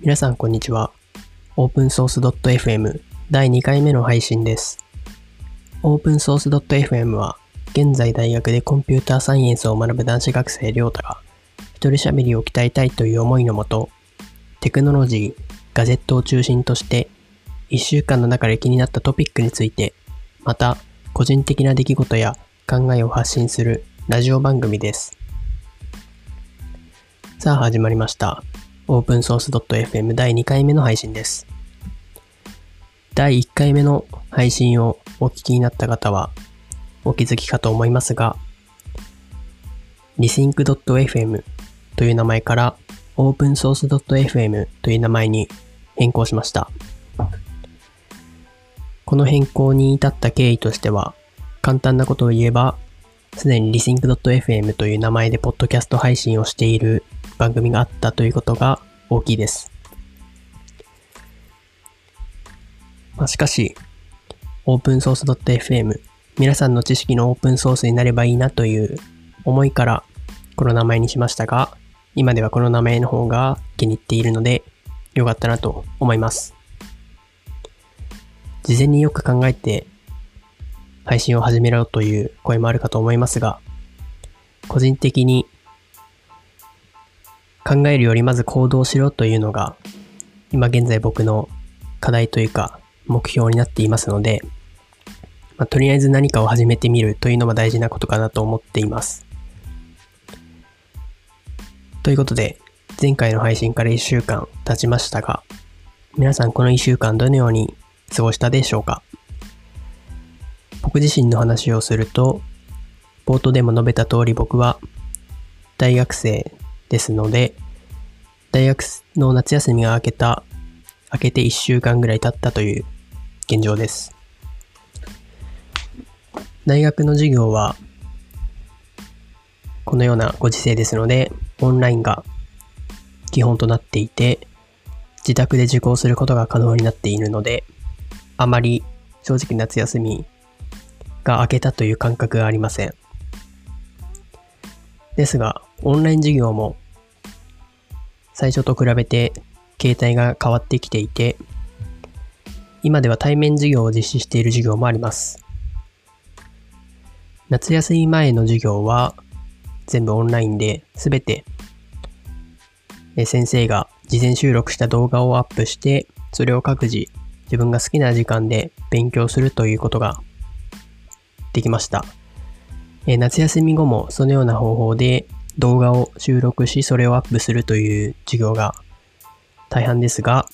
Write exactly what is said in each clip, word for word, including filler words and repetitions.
皆さんこんにちは。オープンソース .fm だいにかいめの配信です。オープンソース .fm は現在大学でコンピューターサイエンスを学ぶ男子学生りょうたが一人喋りを鍛えたいという思いのもと、テクノロジー、ガジェットを中心としていっしゅうかんの中で気になったトピックについて、また個人的な出来事や考えを発信するラジオ番組です。さあ始まりました。オープンソース .fm だいにかいめの配信です。だいいっかいめの配信をお聞きになった方はお気づきかと思いますが、リシンク .fm という名前からオープンソース .fm という名前に変更しました。この変更に至った経緯としては、簡単なことを言えば、すでに リシンク .fm という名前でポッドキャスト配信をしている番組があったということが大きいです。まあ、しかし、オープンソース .fm、皆さんの知識のオープンソースになればいいなという思いからこの名前にしましたが、今ではこの名前の方が気に入っているので良かったなと思います。事前によく考えて配信を始めろという声もあるかと思いますが、個人的に考えるよりまず行動しろというのが今現在僕の課題というか目標になっていますので、まあ、とりあえず何かを始めてみるというのは大事なことかなと思っています。ということで、前回の配信からいっしゅうかん経ちましたが、皆さんこのいっしゅうかんどのように過ごしたでしょうか？僕自身の話をすると、冒頭でも述べた通り僕は大学生ですので、大学の夏休みが明けた、明けていっしゅうかんぐらい経ったという現状です。大学の授業は、このようなご時世ですので、オンラインが基本となっていて、自宅で受講することが可能になっているので、あまり正直夏休みが明けたという感覚がありません。ですが、オンライン授業も最初と比べて形態が変わってきていて、今では対面授業を実施している授業もあります。夏休み前の授業は全部オンラインで、すべて先生が事前収録した動画をアップして、それを各自自分が好きな時間で勉強するということができました。夏休み後もそのような方法で動画を収録し、それをアップするという授業が大半ですが、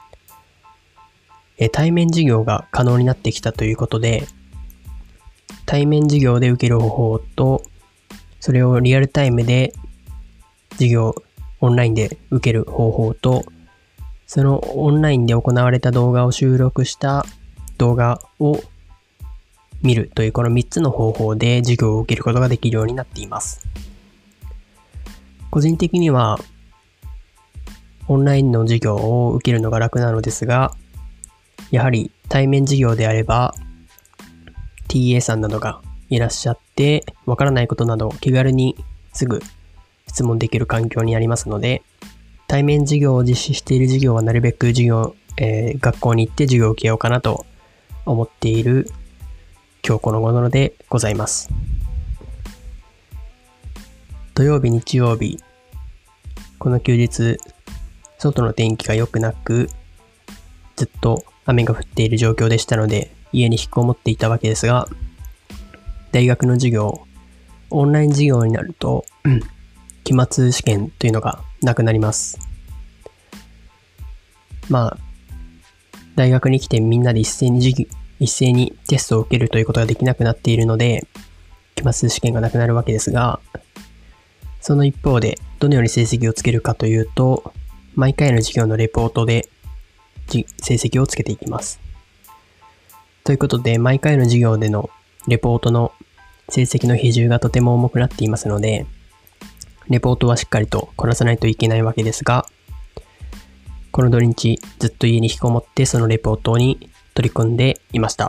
対面授業が可能になってきたということで、対面授業で受ける方法と、それをリアルタイムで授業、オンラインで受ける方法と、そのオンラインで行われた動画を収録した動画を見るというこのみっつの方法で授業を受けることができるようになっています。個人的にはオンラインの授業を受けるのが楽なのですが、やはり対面授業であれば ティーエー さんなどがいらっしゃって、わからないことなど気軽にすぐ質問できる環境にありますので、対面授業を実施している授業はなるべく授業、えー、学校に行って授業を受けようかなと思っている今日この頃でございます。土曜日、日曜日、この休日、外の天気が良くなく、ずっと雨が降っている状況でしたので、家に引きこもっていたわけですが、大学の授業、オンライン授業になると、期末試験というのがなくなります。まあ、大学に来てみんなで一斉に授業、一斉にテストを受けるということができなくなっているので、期末試験がなくなるわけですが、その一方でどのように成績をつけるかというと、毎回の授業のレポートで成績をつけていきます。ということで、毎回の授業でのレポートの成績の比重がとても重くなっていますので、レポートはしっかりとこなさないといけないわけですが、この土日ずっと家に引きこもってそのレポートに取り組んでいました。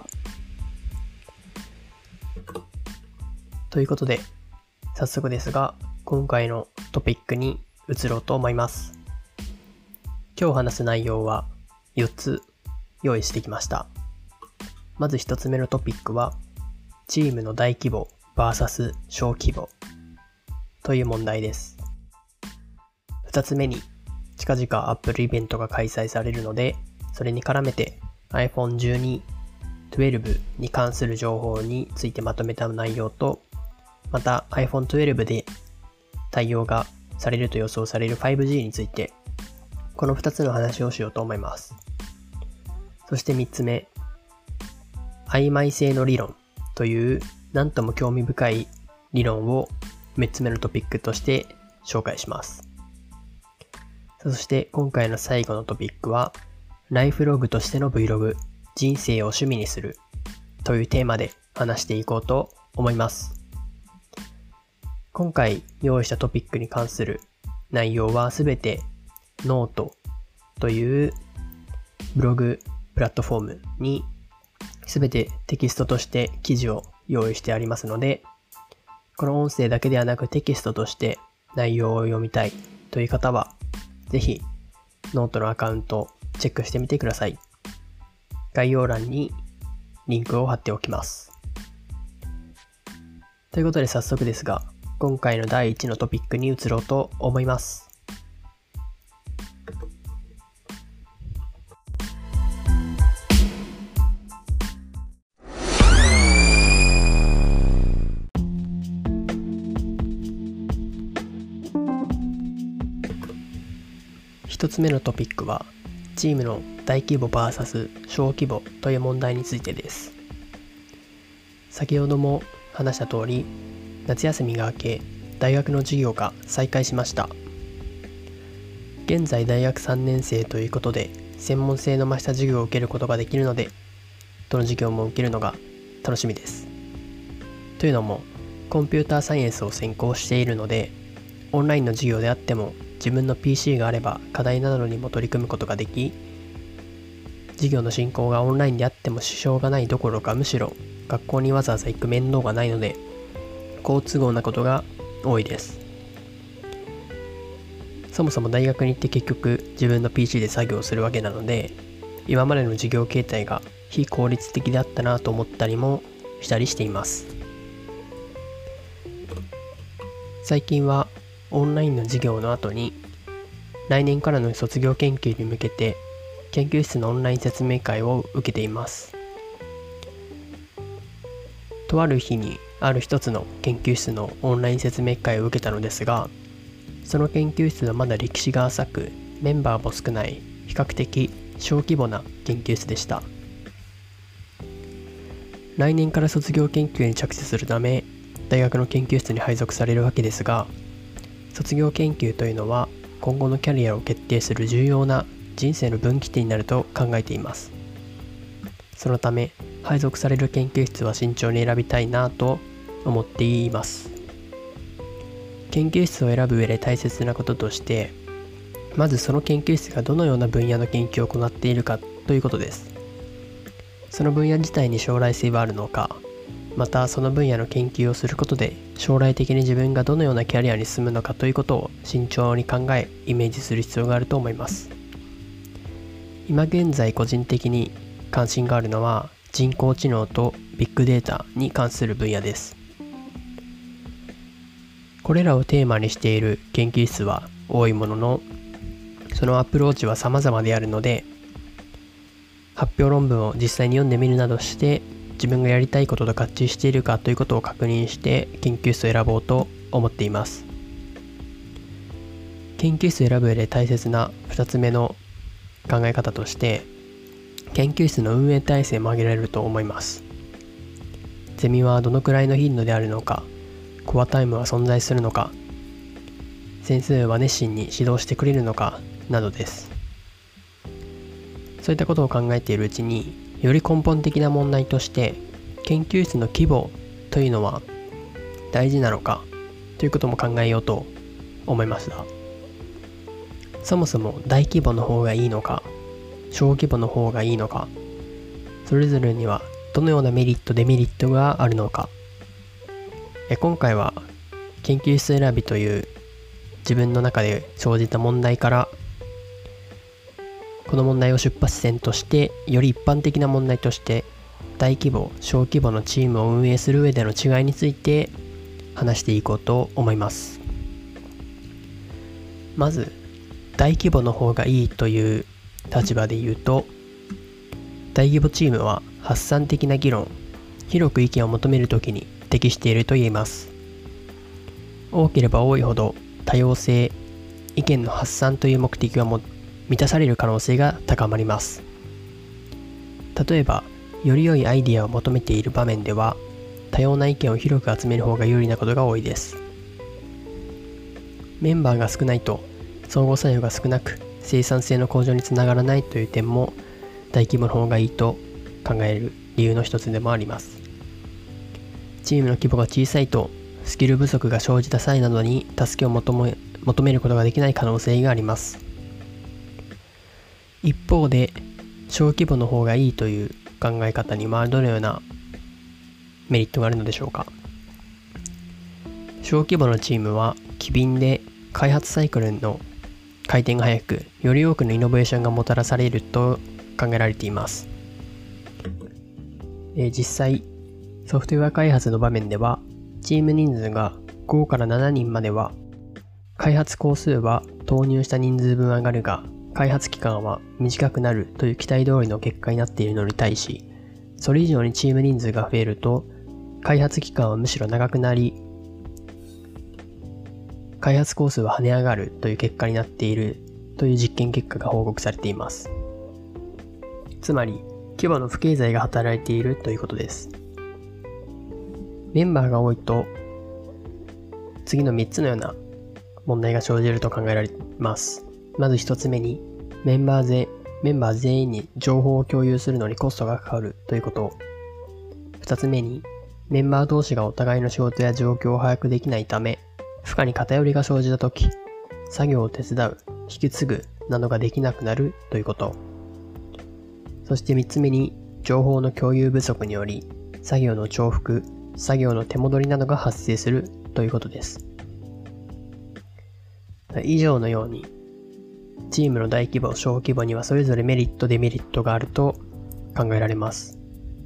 ということで、早速ですが、今回のトピックに移ろうと思います。 今日話す内容はよっつ用意してきました。まずひとつめのトピックは、チームの大規模 ブイエス 小規模という問題です。ふたつめに、近々 Apple イベントが開催されるので、それに絡めて アイフォンじゅうに、じゅうにに関する情報についてまとめた内容と、また アイフォンじゅうに で対応がされると予想される ファイブジー について、このふたつの話をしようと思います。そしてみっつめ、曖昧性の理論という何とも興味深い理論をみっつめのトピックとして紹介します。そして今回の最後のトピックは、ライフログとしての Vlog、人生を趣味にするというテーマで話していこうと思います。今回用意したトピックに関する内容はすべてノートというブログプラットフォームにすべてテキストとして記事を用意してありますので、この音声だけではなくテキストとして内容を読みたいという方は、ぜひノートのアカウントをチェックしてみてください。概要欄にリンクを貼っておきます。ということで早速ですが、今回のだいいちのトピックに移ろうと思います。一つ目のトピックは、チームの大規模 ブイエス 小規模という問題についてです。先ほども話した通り、夏休みが明け、大学の授業が再開しました。現在大学さんねん生ということで、専門性の増した授業を受けることができるので、どの授業も受けるのが楽しみです。というのも、コンピューターサイエンスを専攻しているので、オンラインの授業であっても、自分の ピーシー があれば課題などにも取り組むことができ、授業の進行がオンラインであっても支障がないどころか、むしろ学校にわざわざ行く面倒がないので、好都合なことが多いです。そもそも大学に行って結局自分の ピーシー で作業するわけなので、今までの授業形態が非効率的であったなと思ったりもしたりしています。最近はオンラインの授業の後に、来年からの卒業研究に向けて研究室のオンライン説明会を受けています。とある日にある一つの研究室のオンライン説明会を受けたのですが、その研究室はまだ歴史が浅く、メンバーも少ない比較的小規模な研究室でした。来年から卒業研究に着手するため、大学の研究室に配属されるわけですが、卒業研究というのは今後のキャリアを決定する重要な人生の分岐点になると考えています。そのため配属される研究室は慎重に選びたいなと思っています。研究室を選ぶ上で大切なこととして、まずその研究室がどのような分野の研究を行っているかということです。その分野自体に将来性はあるのか、またその分野の研究をすることで将来的に自分がどのようなキャリアに進むのかということを慎重に考えイメージする必要があると思います。今現在個人的に関心があるのは人工知能とビッグデータに関する分野です。これらをテーマにしている研究室は多いものの、そのアプローチは様々であるので、発表論文を実際に読んでみるなどして自分がやりたいことと合致しているかということを確認して研究室を選ぼうと思っています。研究室を選ぶ上で大切なふたつめの考え方として、研究室の運営体制も挙げられると思います。ゼミはどのくらいの頻度であるのか、コアタイムは存在するのか、先生は熱心に指導してくれるのかなどです。そういったことを考えているうちに、より根本的な問題として研究室の規模というのは大事なのかということも考えようと思いました。そもそも大規模の方がいいのか、小規模の方がいいのか、それぞれにはどのようなメリットデメリットがあるのか。今回は研究室選びという自分の中で生じた問題からこの問題を出発点として、より一般的な問題として大規模小規模のチームを運営する上での違いについて話していこうと思います。まず大規模の方がいいという立場で言うと、大規模チームは発散的な議論、広く意見を求めるときに適していると言えます。多ければ多いほど多様性、意見の発散という目的がも満たされる可能性が高まります。例えば、より良いアイデアを求めている場面では、多様な意見を広く集める方が有利なことが多いです。メンバーが少ないと相互作用が少なく生産性の向上につながらないという点も大規模の方がいいと考える理由の一つでもあります。チームの規模が小さいとスキル不足が生じた際などに助けを求め、求めることができない可能性があります。一方で小規模の方がいいという考え方にはどのようなメリットがあるのでしょうか。小規模のチームは機敏で開発サイクルの回転が速く、より多くのイノベーションがもたらされると考えられています。えー、実際ソフトウェア開発の場面ではチーム人数がごからしちにんまでは開発工数は投入した人数分上がるが開発期間は短くなるという期待通りの結果になっているのに対し、それ以上にチーム人数が増えると開発期間はむしろ長くなり、開発工数は跳ね上がるという結果になっているという実験結果が報告されています。つまり規模の不経済が働いているということです。メンバーが多いと次のみっつのような問題が生じると考えられます。まずひとつめにメンバー全メンバー全員に情報を共有するのにコストがかかるということ。ふたつめにメンバー同士がお互いの仕事や状況を把握できないため、負荷に偏りが生じたとき、作業を手伝う、引き継ぐなどができなくなるということ。そしてみっつめに情報の共有不足により作業の重複、作業の手戻りなどが発生するということです。以上のようにチームの大規模、小規模にはそれぞれメリット、デメリットがあると考えられます。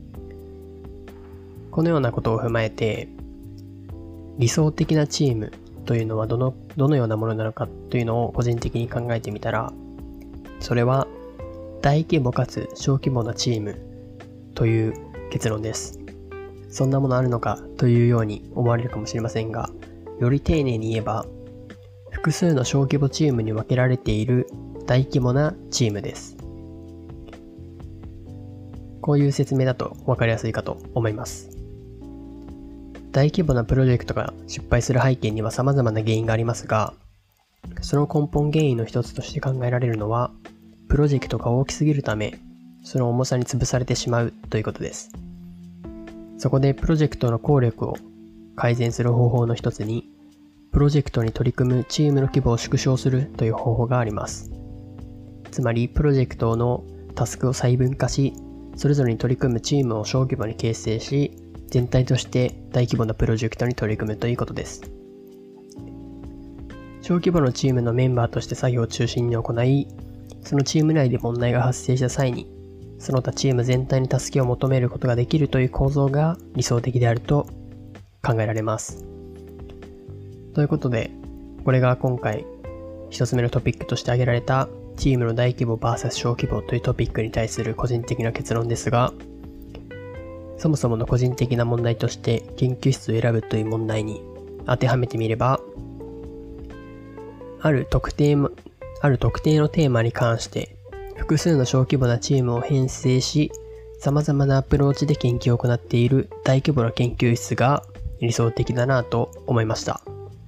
このようなことを踏まえて、理想的なチームというのはどの、どのようなものなのかというのを個人的に考えてみたら、それは大規模かつ小規模なチームという結論です。そんなものあるのかというように思われるかもしれませんが、より丁寧に言えば、複数の小規模チームに分けられている大規模なチームです。こういう説明だと分かりやすいかと思います。大規模なプロジェクトが失敗する背景には様々な原因がありますが、その根本原因の一つとして考えられるのは、プロジェクトが大きすぎるため、その重さに潰されてしまうということです。そこでプロジェクトの効力を改善する方法の一つに、プロジェクトに取り組むチームの規模を縮小するという方法があります。つまり、プロジェクトのタスクを細分化し、それぞれに取り組むチームを小規模に形成し、全体として大規模なプロジェクトに取り組むということです。小規模のチームのメンバーとして作業を中心に行い、そのチーム内で問題が発生した際に、その他チーム全体に助けを求めることができるという構造が理想的であると考えられます。ということで、これが今回一つ目のトピックとして挙げられたチームの大規模 ブイエス 小規模というトピックに対する個人的な結論ですが、そもそもの個人的な問題として研究室を選ぶという問題に当てはめてみれば、ある特定も、ある特定のテーマに関して複数の小規模なチームを編成し、様々なアプローチで研究を行っている大規模な研究室が理想的だなと思いました。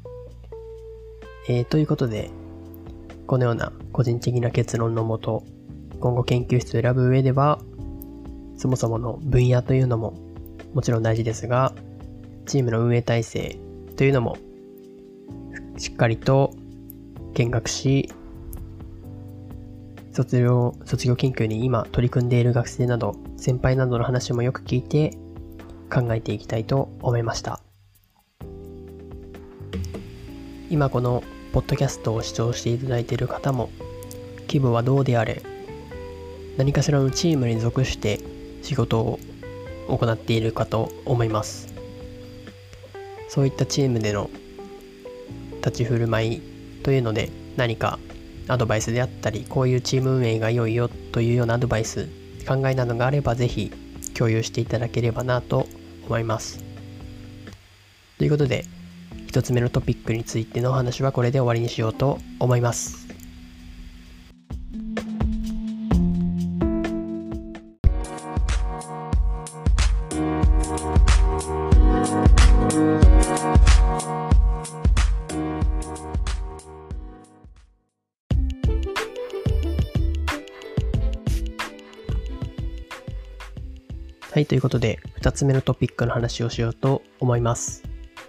えー、ということで、このような個人的な結論のもと、今後研究室を選ぶ上では、そもそもの分野というのももちろん大事ですが、チームの運営体制というのもしっかりと見学し、卒業、卒業研究に今取り組んでいる学生など、先輩などの話もよく聞いて考えていきたいと思いました。今このポッドキャストを視聴していただいている方も、規模はどうであれ、 何かしらのチームに属して仕事を行っているかと思います。そういったチームでの立ち振る舞いというので、何かアドバイスであったり、こういうチーム運営が良いよというようなアドバイス、考えなどがあればぜひ共有していただければなと思います。ということで、一つ目のトピックについてのお話はこれで終わりにしようと思います。はい、ということで、二つ目のトピックの話をしようと思います。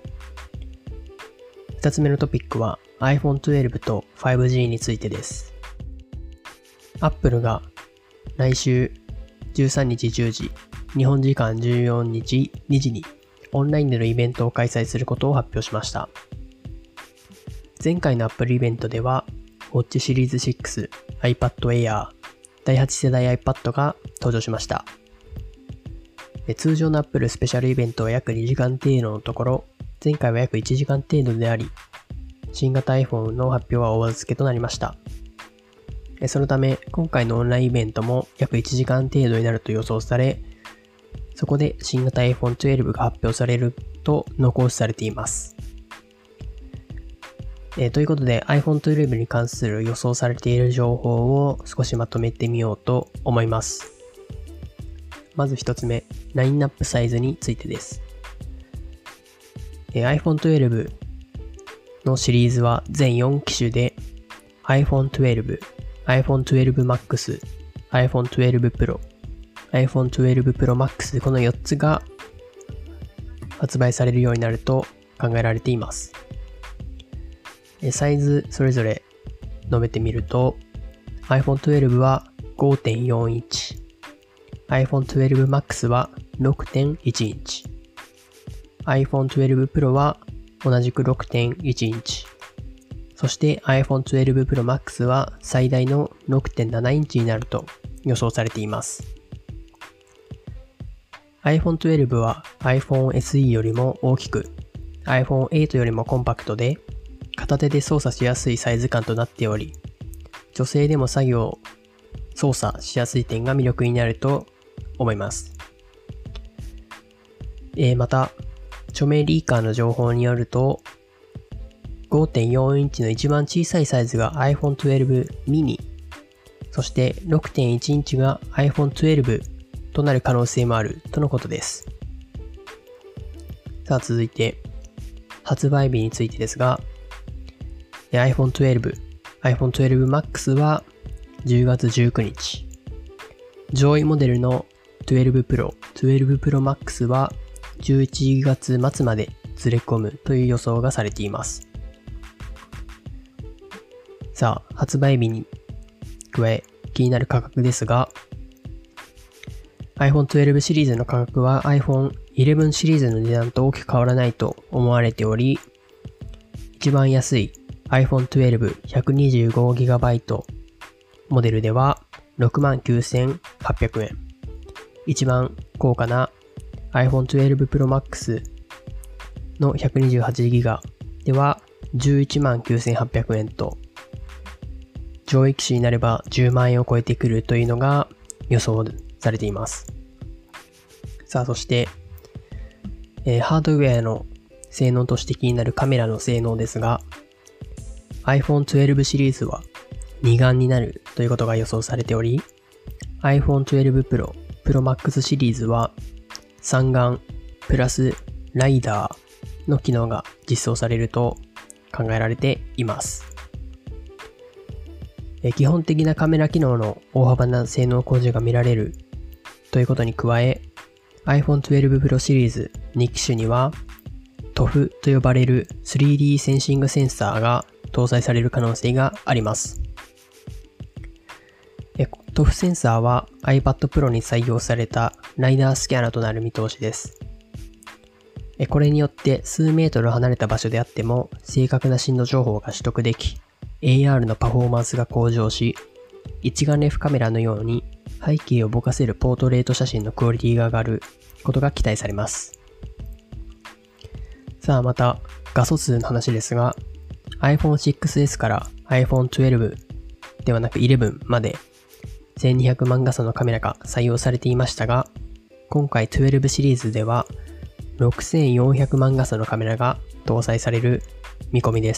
二つ目のトピックは アイフォントゥエルブ と ファイブジー についてです。Apple が来週じゅうさんにちじゅうじ、日本時間じゅうよっかにちにじにオンラインでのイベントを開催することを発表しました。前回の Apple イベントでは Watch シリーズシックス、iPad Air、だいはち世代 iPad が登場しました。通常の Apple スペシャルイベントは約にじかん程度のところ、前回は約いちじかん程度であり、新型 iPhone の発表はお預けとなりました。そのため、今回のオンラインイベントも約いちじかん程度になると予想され、そこで新型 アイフォントゥエルブ が発表されると濃厚視されています。えー、ということで アイフォントゥエルブ に関する予想されている情報を少しまとめてみようと思います。まず一つ目、ラインナップサイズについてです。えー、アイフォントゥエルブ のシリーズは全よん機種で アイフォントゥエルブ、アイフォントゥエルブマックス、アイフォントゥエルブプロ、アイフォントゥエルブプロマックス このよっつが発売されるようになると考えられています。えー、サイズそれぞれ述べてみると アイフォントゥエルブ は ごてんよんインチ、アイフォントゥエルブマックス は ろくてんいちインチ、アイフォントゥエルブプロ は同じく ろくてんいちインチ、そして アイフォントゥエルブプロマックス は最大の ろくてんななインチになると予想されています。アイフォントゥエルブ は iPhone エスイー よりも大きく、アイフォンエイト よりもコンパクトで、片手で操作しやすいサイズ感となっており、女性でも作業、操作しやすい点が魅力になると思います。えー、また、著名リーカーの情報によると、ごてんよんインチの一番小さいサイズが アイフォントゥエルブ mini、そして ろくてんいちインチが アイフォントゥエルブ となる可能性もあるとのことです。さあ続いて、発売日についてですが、アイフォントゥエルブ、アイフォントゥエルブマックス はじゅうがつじゅうくにち、上位モデルのトゥエルブプロ、トゥエルブプロマックス はじゅういちがつ末までずれ込むという予想がされています。さあ、発売日に加え気になる価格ですが、アイフォントゥエルブ シリーズの価格は アイフォンイレブン シリーズの値段と大きく変わらないと思われており、一番安い アイフォントゥエルブひゃくにじゅうごギガバイト モデルでは ろくまんきゅうせんはっぴゃくえん。一番高価な アイフォントゥエルブプロマックス の ひゃくにじゅうはちギガバイト ではじゅういちまんきゅうせんはっぴゃくえんと、上位機種になればじゅうまんえんを超えてくるというのが予想されています。さあそして、えー、ハードウェアの性能として気になるカメラの性能ですが、アイフォントゥエルブ シリーズはに眼になるということが予想されており、アイフォントゥエルブプロ、プロマックス シリーズはさん眼プラスライダーの機能が実装されると考えられています。え基本的なカメラ機能の大幅な性能向上が見られるということに加え、アイフォントゥエルブプロ シリーズに機種には トフ と呼ばれる スリーディー センシングセンサーが搭載される可能性があります。トフ センサーは iPad Pro に採用されたライダースキャナーとなる見通しです。これによって数メートル離れた場所であっても正確な震度情報が取得でき、エーアール のパフォーマンスが向上し、一眼レフカメラのように背景をぼかせるポートレート写真のクオリティが上がることが期待されます。さあまた画素数の話ですが、アイフォンシックスエス から アイフォントゥエルブ ではなくイレブンまでせんにひゃくまん画素のカメラが採用されていましたが、今回じゅうにシリーズではろくせんよんひゃくまん画素のカメラが搭載される見込みです。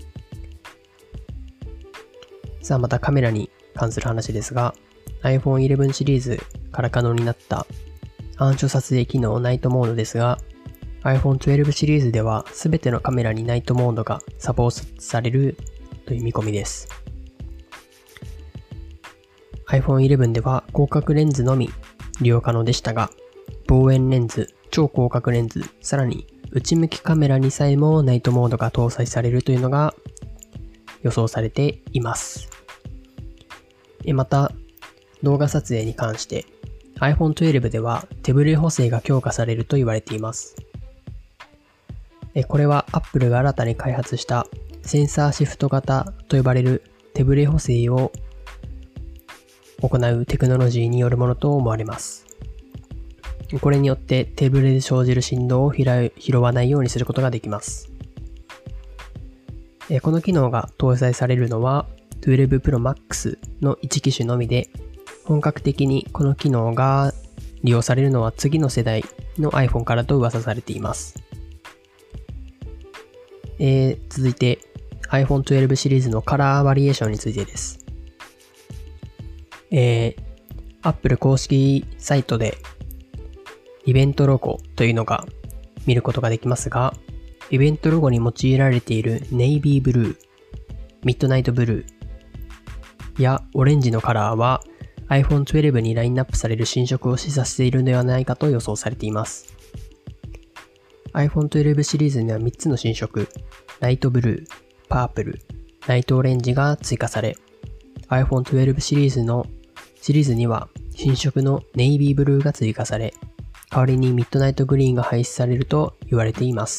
さあまたカメラに関する話ですが、 アイフォンイレブン シリーズから可能になった暗所撮影機能ナイトモードですが、 アイフォントゥエルブ シリーズでは全てのカメラにナイトモードがサポートされるという見込みです。 アイフォンイレブン では広角レンズのみ利用可能でしたが、望遠レンズ、超広角レンズ、さらに内向きカメラにさえもナイトモードが搭載されるというのが予想されています。また動画撮影に関して アイフォントゥエルブ では手ブレ補正が強化されると言われています。これは Apple が新たに開発したセンサーシフト型と呼ばれる手ブレ補正を行うテクノロジーによるものと思われます。これによって手ブレで生じる振動を拾わないようにすることができます。この機能が搭載されるのはじゅうにプロマックス のいち機種のみで、本格的にこの機能が利用されるのは次の世代の iPhone からと噂されています。えー、続いて アイフォントゥエルブ シリーズのカラーバリエーションについてです。えー、Apple 公式サイトでイベントロゴというのが見ることができますが、イベントロゴに用いられているネイビーブルー、ミッドナイトブルーやオレンジのカラーは アイフォントゥエルブ にラインナップされる新色を示唆しているのではないかと予想されています。アイフォントゥエルブ シリーズにはみっつの新色、ライトブルー、パープル、ライトオレンジが追加され、アイフォントゥエルブ シリーズのシリーズには新色のネイビーブルーが追加され、代わりにミッドナイトグリーンが廃止されると言われています。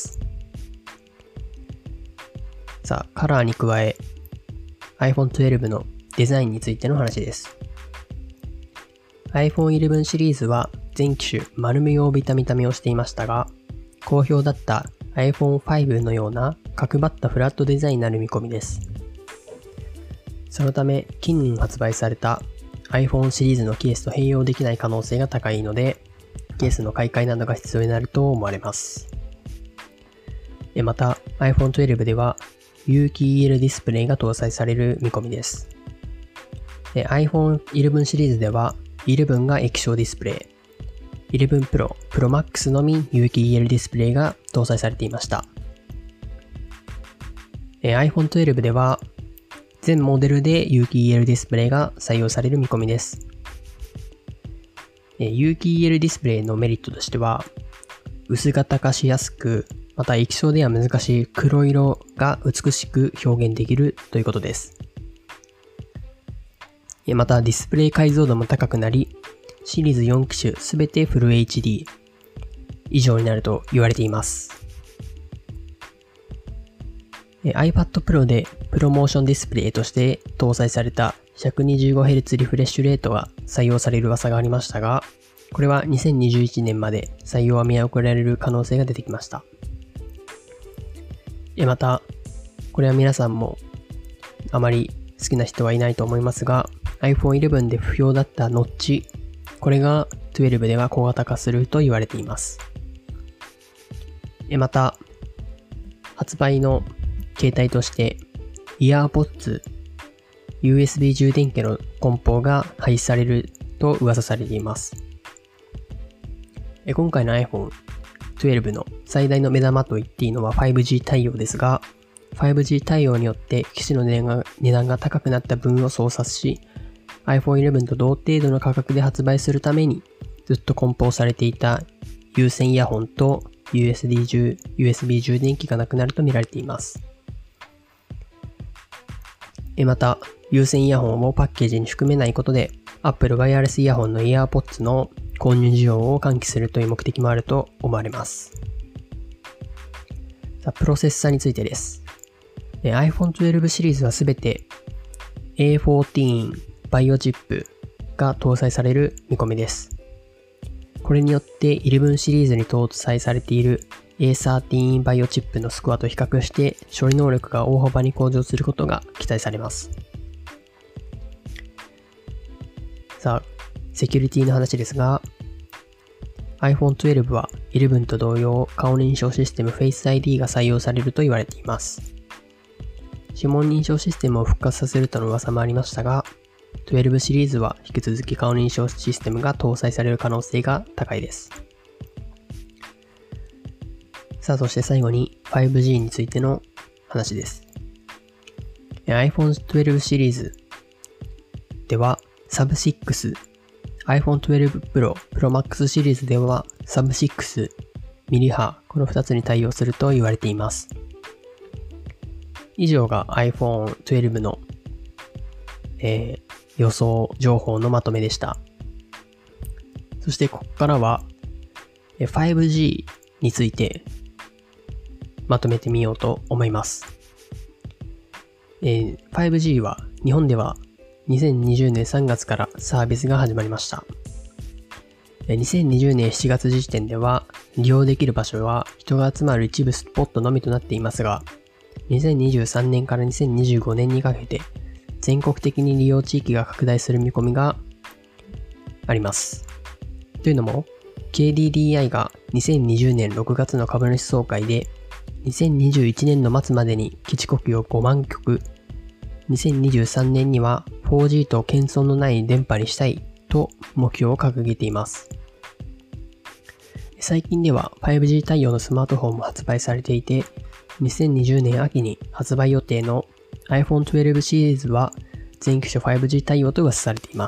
さあ、カラーに加え アイフォントゥエルブ のデザインについての話です。 アイフォンイレブン シリーズは全機種丸みを帯びた見た目をしていましたが、好評だった アイフォンファイブ のような角張ったフラットデザインになる見込みです。そのため近年発売された iPhone シリーズのケースと併用できない可能性が高いので、ケースの買い替えなどが必要になると思われます。また アイフォントゥエルブ では有機 イーエル ディスプレイが搭載される見込みです。アイフォンイレブン シリーズではイレブンが液晶ディスプレイ、イレブン Pro、Pro Max のみ有機 イーエル ディスプレイが搭載されていました。アイフォントゥエルブ では全モデルで有機 イーエル ディスプレイが採用される見込みです。有機 イーエル ディスプレイのメリットとしては、薄型化しやすく、また液晶では難しい黒色が美しく表現できるということです。またディスプレイ解像度も高くなり、シリーズよん機種すべてフル エイチディー 以上になると言われています。iPad Pro でプロモーションディスプレイとして搭載された ひゃくにじゅうごヘルツ リフレッシュレートが採用される噂がありましたが、これはにせんにじゅういちねんまで採用は見送られる可能性が出てきました。また、これは皆さんもあまり好きな人はいないと思いますが、アイフォンイレブン で不要だったノッチ、これがじゅうにでは小型化すると言われています。また、発売の携帯として、EarPods、ユーエスビー 充電器の梱包が廃止されると噂されています。今回の アイフォントゥエルブ の最大の目玉と言っていいのは ファイブジー 対応ですが、ファイブジー 対応によって機種の値段が、値段が高くなった分を相殺し、アイフォンイレブン と同程度の価格で発売するためにずっと梱包されていた有線イヤホンと ユーエスビー 充電器がなくなると見られています。また、有線イヤホンをパッケージに含めないことで Apple ワイヤレスイヤホンの EarPods の購入需要を喚起するという目的もあると思われます。さあ、プロセッサーについてです。アイフォントゥエルブ シリーズはすべて エーフォーティーン バイオチップが搭載される見込みです。これによってじゅういちシリーズに搭載されている エーサーティーン バイオチップのスコアと比較して処理能力が大幅に向上することが期待されます。さあ、セキュリティの話ですが、アイフォントゥエルブ はじゅういちと同様顔認証システム Face アイディー が採用されると言われています。指紋認証システムを復活させるとの噂もありましたが、じゅうにシリーズは引き続き顔認証システムが搭載される可能性が高いです。さあ、そして最後に ファイブジー についての話です。アイフォントゥエルブ シリーズでは サブシックス、アイフォントゥエルブ Pro、Pro Max シリーズでは サブシックス、ミリ波、このふたつに対応すると言われています。以上が アイフォントゥエルブ の、えー、予想情報のまとめでした。そしてここからは ファイブジー についてまとめてみようと思います。えー、ファイブジー は日本ではにせんにじゅうねんさんがつからサービスが始まりました。にせんにじゅうねんしちがつ時点では利用できる場所は人が集まる一部スポットのみとなっていますが、にせんにじゅうさんねんからにせんにじゅうごねんにかけて全国的に利用地域が拡大する見込みがあります。というのも ケーディーディーアイ がにせんにじゅうねんろくがつの株主総会でにせんにじゅういちねんの末までに基地局をごまんきょく、にせんにじゅうさんねんには フォージー と欠損のない電波にしたいと目標を掲げています。最近では ファイブジー 対応のスマートフォンも発売されていて、にせんにじゅうねん秋に発売予定の アイフォントゥエルブ シリーズは全機種 ファイブジー 対応と噂されています。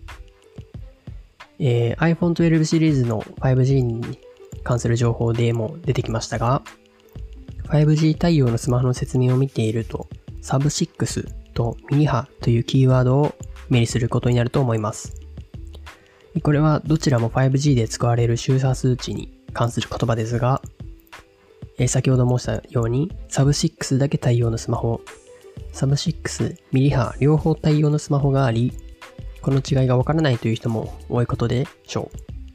えー、アイフォントゥエルブ シリーズの ファイブジー に関する情報でも出てきましたが、ファイブジー 対応のスマホの説明を見ていると、サブシックス とミニ波というキーワードを目にすることになると思います。これはどちらも ファイブジー で使われる周波数値に関する言葉ですが、えー、先ほど申したようにサブシックスだけ対応のスマホ、サブシックス、ミリ波両方対応のスマホがあり、この違いがわからないという人も多いことでしょ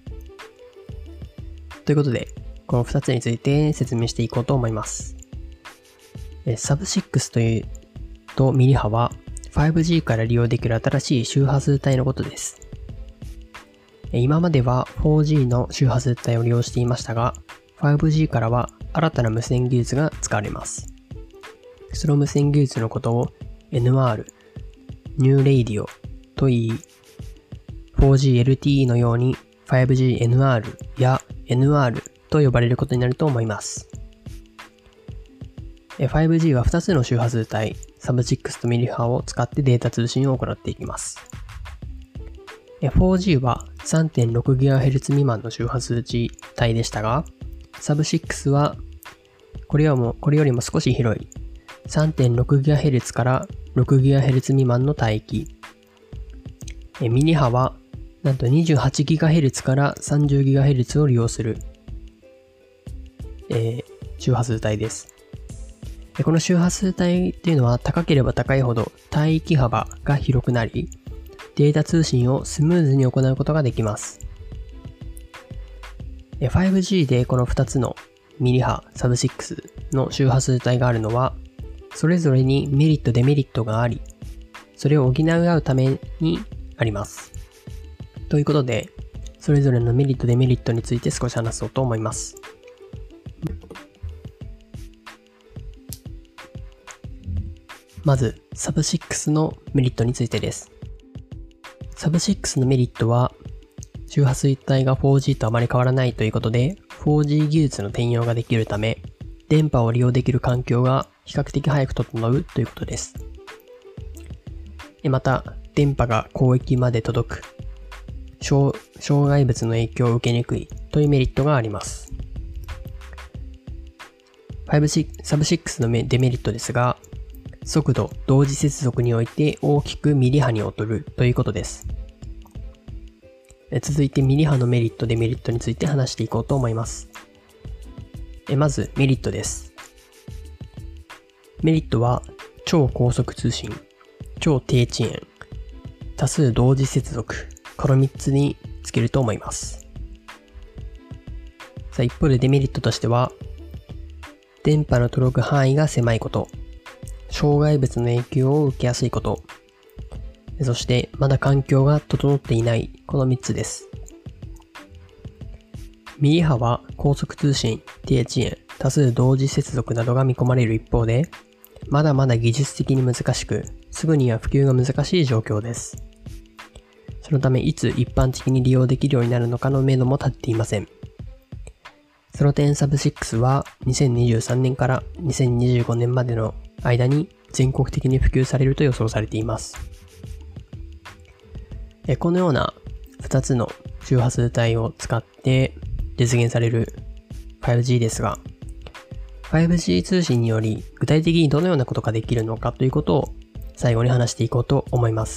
う。ということで、このふたつについて説明していこうと思います。サブシックスというとミリ波は ファイブジー から利用できる新しい周波数帯のことです。今までは フォージー の周波数帯を利用していましたが、ファイブジー からは新たな無線技術が使われます。その無線技術のことを エヌアール、ニューレイディオと言い、フォージーエルティーイー のように ファイブジーエヌアール や エヌアール と呼ばれることになると思います。ファイブジー はふたつの周波数帯、サブシックスとミリ波を使ってデータ通信を行っていきます。フォージー は さんてんろくギガヘルツ 未満の周波数値帯でしたが、サブシックスはこれよりも、これよりも少し広い さんてんろくギガヘルツ から ろくギガヘルツ 未満の帯域。ミニ波はなんと にじゅうはちギガヘルツ から さんじゅうギガヘルツ を利用する、えー、周波数帯です。この周波数帯っていうのは高ければ高いほど帯域幅が広くなり、データ通信をスムーズに行うことができます。ファイブジー でこのふたつのミリ波、サブシックスの周波数帯があるのは、それぞれにメリット、デメリットがあり、それを補い合うためにあります。ということで、それぞれのメリット、デメリットについて少し話そうと思います。まず、サブシックスのメリットについてです。サブシックスのメリットは、周波数帯が フォージー とあまり変わらないということで、フォージー 技術の転用ができるため、電波を利用できる環境が比較的早く整うということです。また、電波が広域まで届く、障害物の影響を受けにくいというメリットがあります。ファイブジー、サブシックスのデメリットですが、速度、同時接続において大きくミリ波に劣るということです。続いてミリ波のメリット、デメリットについて話していこうと思います。まずメリットです。メリットは超高速通信、超低遅延、 多数同時接続、このみっつに尽きると思います。さあ、一方でデメリットとしては、電波の届く範囲が狭いこと、障害物の影響を受けやすいこと、そしてまだ環境が整っていないこのみっつです。ミリ波は高速通信、低遅延、多数同時接続などが見込まれる一方で、まだまだ技術的に難しく、すぐには普及が難しい状況です。そのためいつ一般的に利用できるようになるのかの目処も立っていません。その点サブシックスはにせんにじゅうさんねんからにせんにじゅうごねんまでの間に全国的に普及されると予想されています。このようなふたつの周波数帯を使って実現される ファイブジー ですが、ファイブジー 通信により具体的にどのようなことができるのかということを最後に話していこうと思います。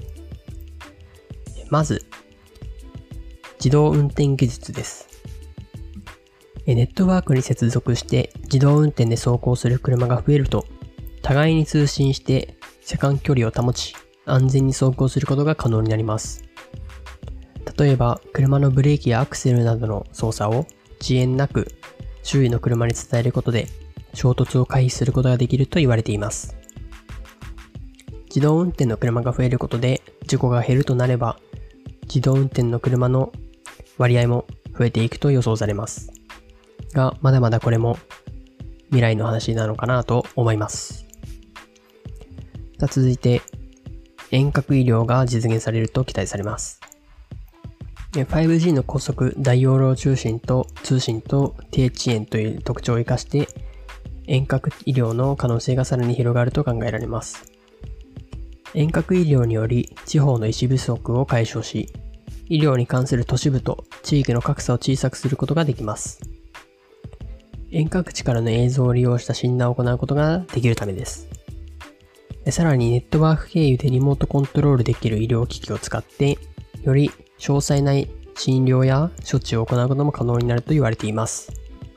まず、自動運転技術です。ネットワークに接続して自動運転で走行する車が増えると、互いに通信して車間距離を保ち、安全に走行することが可能になります。例えば、車のブレーキやアクセルなどの操作を遅延なく周囲の車に伝えることで衝突を回避することができると言われています。自動運転の車が増えることで事故が減るとなれば、自動運転の車の割合も増えていくと予想されます。が、まだまだこれも未来の話なのかなと思います。さあ続いて、遠隔医療が実現されると期待されます。ファイブジー の高速大容量通信と通信と低遅延という特徴を生かして遠隔医療の可能性がさらに広がると考えられます。遠隔医療により地方の医師不足を解消し、医療に関する都市部と地域の格差を小さくすることができます。遠隔地からの映像を利用した診断を行うことができるためです。さらにネットワーク経由でリモートコントロールできる医療機器を使ってより詳細な診療や処置を行うことも可能になると言われています。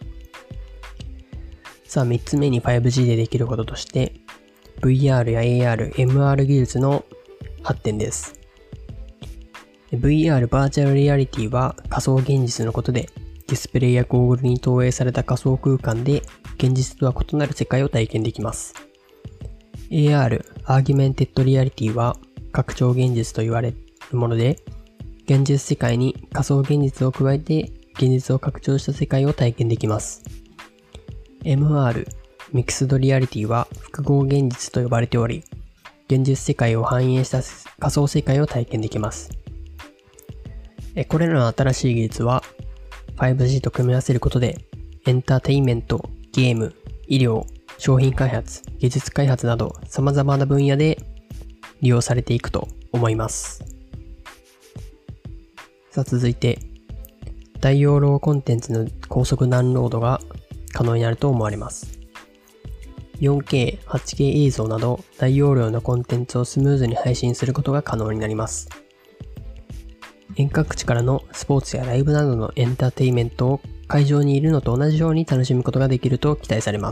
さあみっつめに ファイブジー でできることとして ブイアール や エーアール、エムアール 技術の発展です。ブイアール バーチャルリアリティは仮想現実のことでディスプレイやゴーグルに投影された仮想空間で現実とは異なる世界を体験できます。エーアール アーギュメンテッドリアリティは拡張現実と言われるもので、現実世界に仮想現実を加えて現実を拡張した世界を体験できます。エムアール ミクスドリアリティは複合現実と呼ばれており、現実世界を反映した仮想世界を体験できます。これらの新しい技術は ファイブジー と組み合わせることでエンターテインメント、ゲーム、医療、商品開発、技術開発など様々な分野で利用されていくと思います。さあ続いて、大容量コンテンツの高速ダウンロードが可能になると思われます。よんケー、はちケー 映像など大容量のコンテンツをスムーズに配信することが可能になります。遠隔地からのスポーツやライブなどのエンターテインメントを会場にいるのと同じように楽しむことができると期待されます。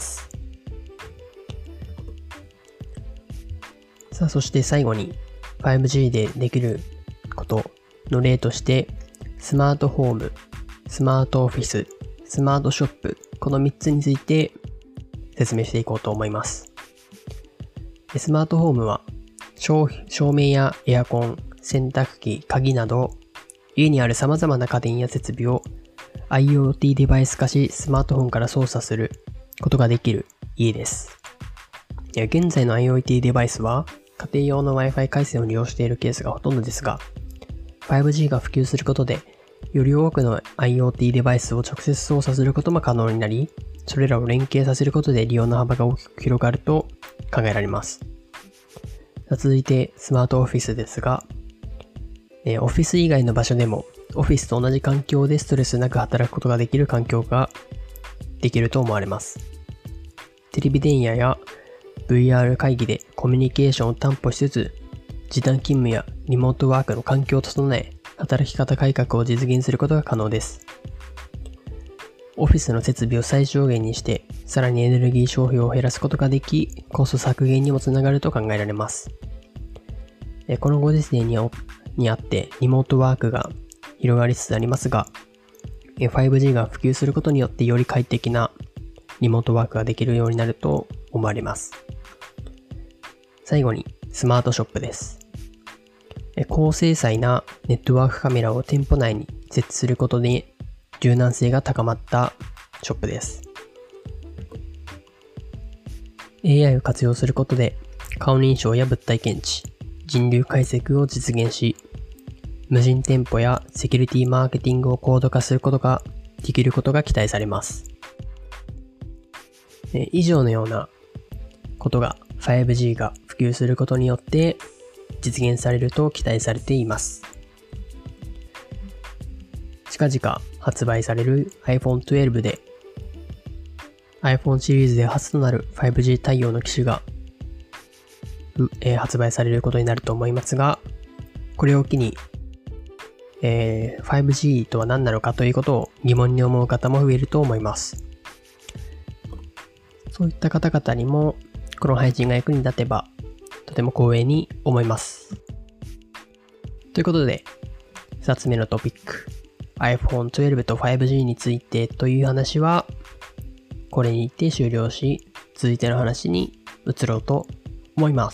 さあそして最後に ファイブジー でできることの例としてスマートホーム、スマートオフィス、スマートショップ、このみっつについて説明していこうと思います。スマートホームは照明やエアコン、洗濯機、鍵など家にある様々な家電や設備を IoT デバイス化しスマートフォンから操作することができる家です。現在の IoT デバイスは家庭用の Wi-Fi 回線を利用しているケースがほとんどですが、ファイブジー が普及することでより多くの IoT デバイスを直接操作することも可能になり、それらを連携させることで利用の幅が大きく広がると考えられます。続いてスマートオフィスですが、オフィス以外の場所でもオフィスと同じ環境でストレスなく働くことができる環境ができると思われます。テレビ電話や ブイアール 会議でコミュニケーションを担保しつつ、時短勤務やリモートワークの環境を整え、働き方改革を実現することが可能です。オフィスの設備を最小限にして、さらにエネルギー消費を減らすことができ、コスト削減にもつながると考えられます。 このご時世にあってリモートワークが広がりつつありますが、ファイブジー が普及することによってより快適なリモートワークができるようになると思われます。最後にスマートショップです。高精細なネットワークカメラを店舗内に設置することで柔軟性が高まったショップです。エーアイ を活用することで顔認証や物体検知、人流解析を実現し、無人店舗やセキュリティマーケティングを高度化することができることが期待されます。以上のようなことが ファイブジー が普及することによって実現されると期待されています。近々発売される アイフォントゥエルブ で iPhone シリーズで初となる ファイブジー 対応の機種が、えー、発売されることになると思いますが、これを機にえー、ファイブジー とは何なのかということを疑問に思う方も増えると思います。そういった方々にもこの配信が役に立てばとても光栄に思います。ということで、ふたつめのトピック アイフォントゥエルブ と ファイブジー についてという話はこれにて終了し、続いての話に移ろうと思います。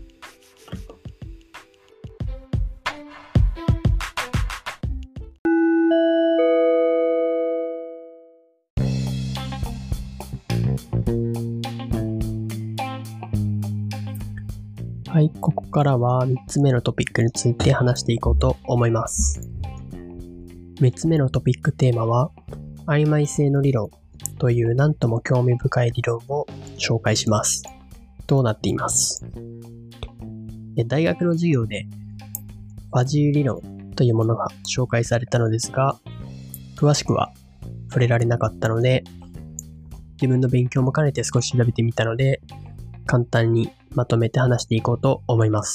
はい、ここからはみっつめのトピックについて話していこうと思います。みっつめのトピックテーマは、曖昧性の理論という何とも興味深い理論を紹介します。となっています。大学の授業でファジー理論というものが紹介されたのですが、詳しくは触れられなかったので、自分の勉強も兼ねて少し調べてみたので、簡単にまとめて話していこうと思います。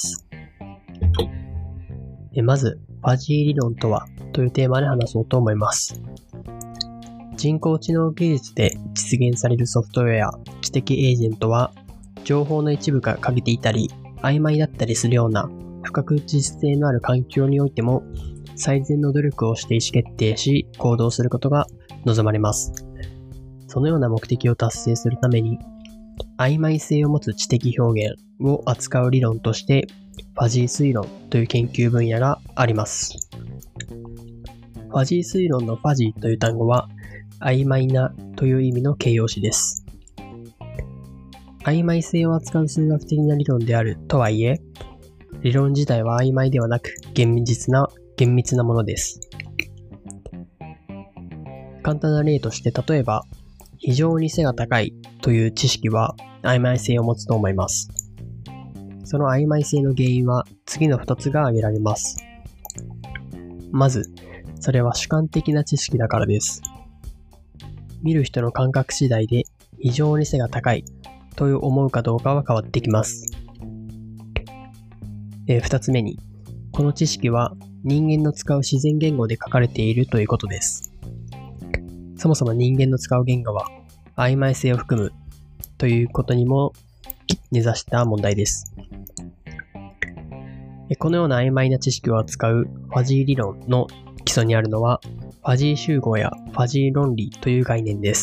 まず、ファジー理論とはというテーマで話そうと思います。人工知能技術で実現されるソフトウェア、知的エージェントは、情報の一部が欠けていたり、曖昧だったりするような不確実性のある環境においても、最善の努力をして意思決定し、行動することが望まれます。そのような目的を達成するために、曖昧性を持つ知的表現を扱う理論として、ファジー推論という研究分野があります。ファジー推論のファジーという単語は、曖昧なという意味の形容詞です。曖昧性を扱う数学的な理論であるとはいえ、理論自体は曖昧ではなく厳実な、厳密なものです。簡単な例として、例えば、非常に背が高いという知識は曖昧性を持つと思います。その曖昧性の原因は次のふたつが挙げられます。まず、それは主観的な知識だからです。見る人の感覚次第で非常に背が高いという思うかどうかは変わってきます。えー、ふたつめに、この知識は人間の使う自然言語で書かれているということです。そもそも人間の使う言語は曖昧性を含むということにも根ざした問題です。このような曖昧な知識を扱うファジー理論の基礎にあるのはファジー集合やファジー論理という概念です。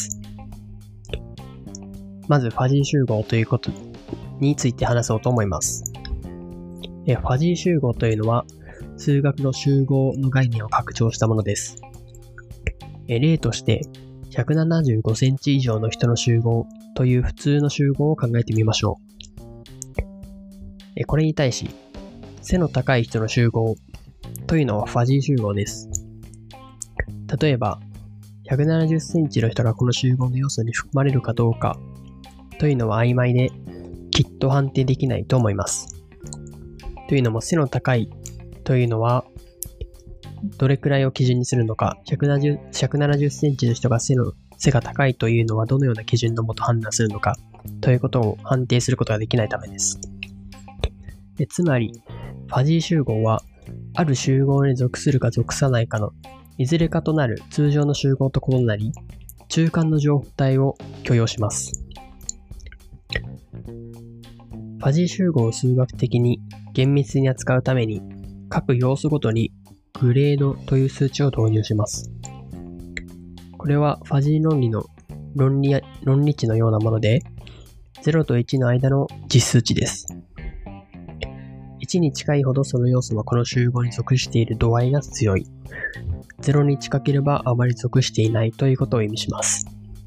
まずファジー集合ということについて話そうと思います。ファジー集合というのは数学の集合の概念を拡張したものです。例として、ひゃくななじゅうごセンチ以上の人の集合という普通の集合を考えてみましょう。これに対し、背の高い人の集合というのはファジー集合です。例えば、ひゃくななじゅっセンチの人がこの集合の要素に含まれるかどうかというのは曖昧で、きっと判定できないと思います。というのも背の高いというのは、どれくらいを基準にするのか、ひゃくななじゅっセンチの人が背の背が高いというのはどのような基準のもと判断するのかということを判定することができないためです。でつまり、ファジー集合はある集合に属するか属さないかのいずれかとなる通常の集合と異なり、中間の状態を許容します。ファジー集合を数学的に厳密に扱うために各要素ごとにグレードという数値を導入します。これはファジー論理の論理や論理値のようなもので、ゼロといちの間の実数値です。いちに近いほどその要素はこの集合に属している度合いが強い。ゼロに近ければあまり属していないということを意味します。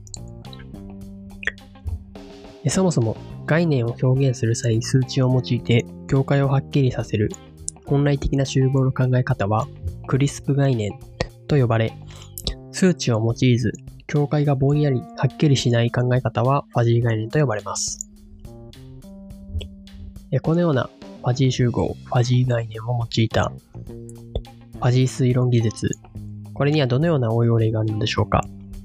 そもそも概念を表現する際に数値を用いて境界をはっきりさせる本来的な集合の考え方はクリスプ概念と呼ばれ、数値を用いず境界がぼんやりはっきりしない考え方はファジー概念と呼ばれます。このようなファジー集合、ファジー概念を用いたファジー推論技術、これにはどのような応用例があるのでしょうか。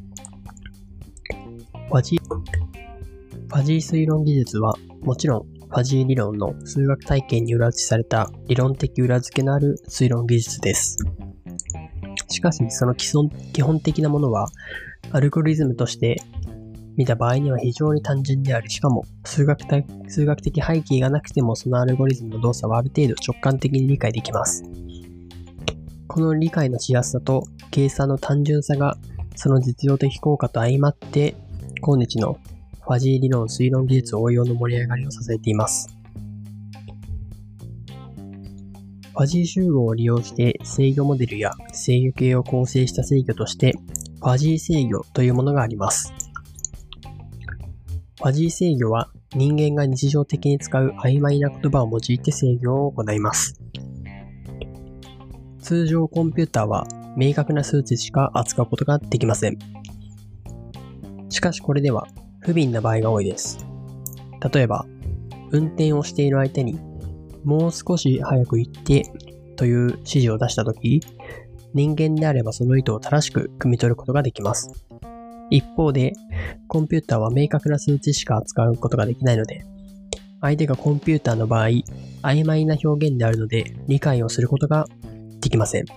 ファジー、ファジー推論技術はもちろんファジー理論の数学体系に裏打ちされた理論的裏付けのある推論技術です。しかしその基礎基本的なものはアルゴリズムとして見た場合には非常に単純であり、しかも数学的、数学的背景がなくてもそのアルゴリズムの動作はある程度直感的に理解できます。この理解のしやすさと計算の単純さがその実用的効果と相まって今日のファジー理論推論技術応用の盛り上がりを支えています。ファジー集合を利用して制御モデルや制御系を構成した制御としてファジー制御というものがあります。ファジー制御は人間が日常的に使う曖昧な言葉を用いて制御を行います。通常コンピューターは明確な数値しか扱うことができません。しかしこれでは不憫な場合が多いです。例えば、運転をしている相手にもう少し早く行ってという指示を出したとき、人間であればその意図を正しく汲み取ることができます。一方で、コンピューターは明確な数値しか扱うことができないので、相手がコンピューターの場合、曖昧な表現であるので理解をすることができません。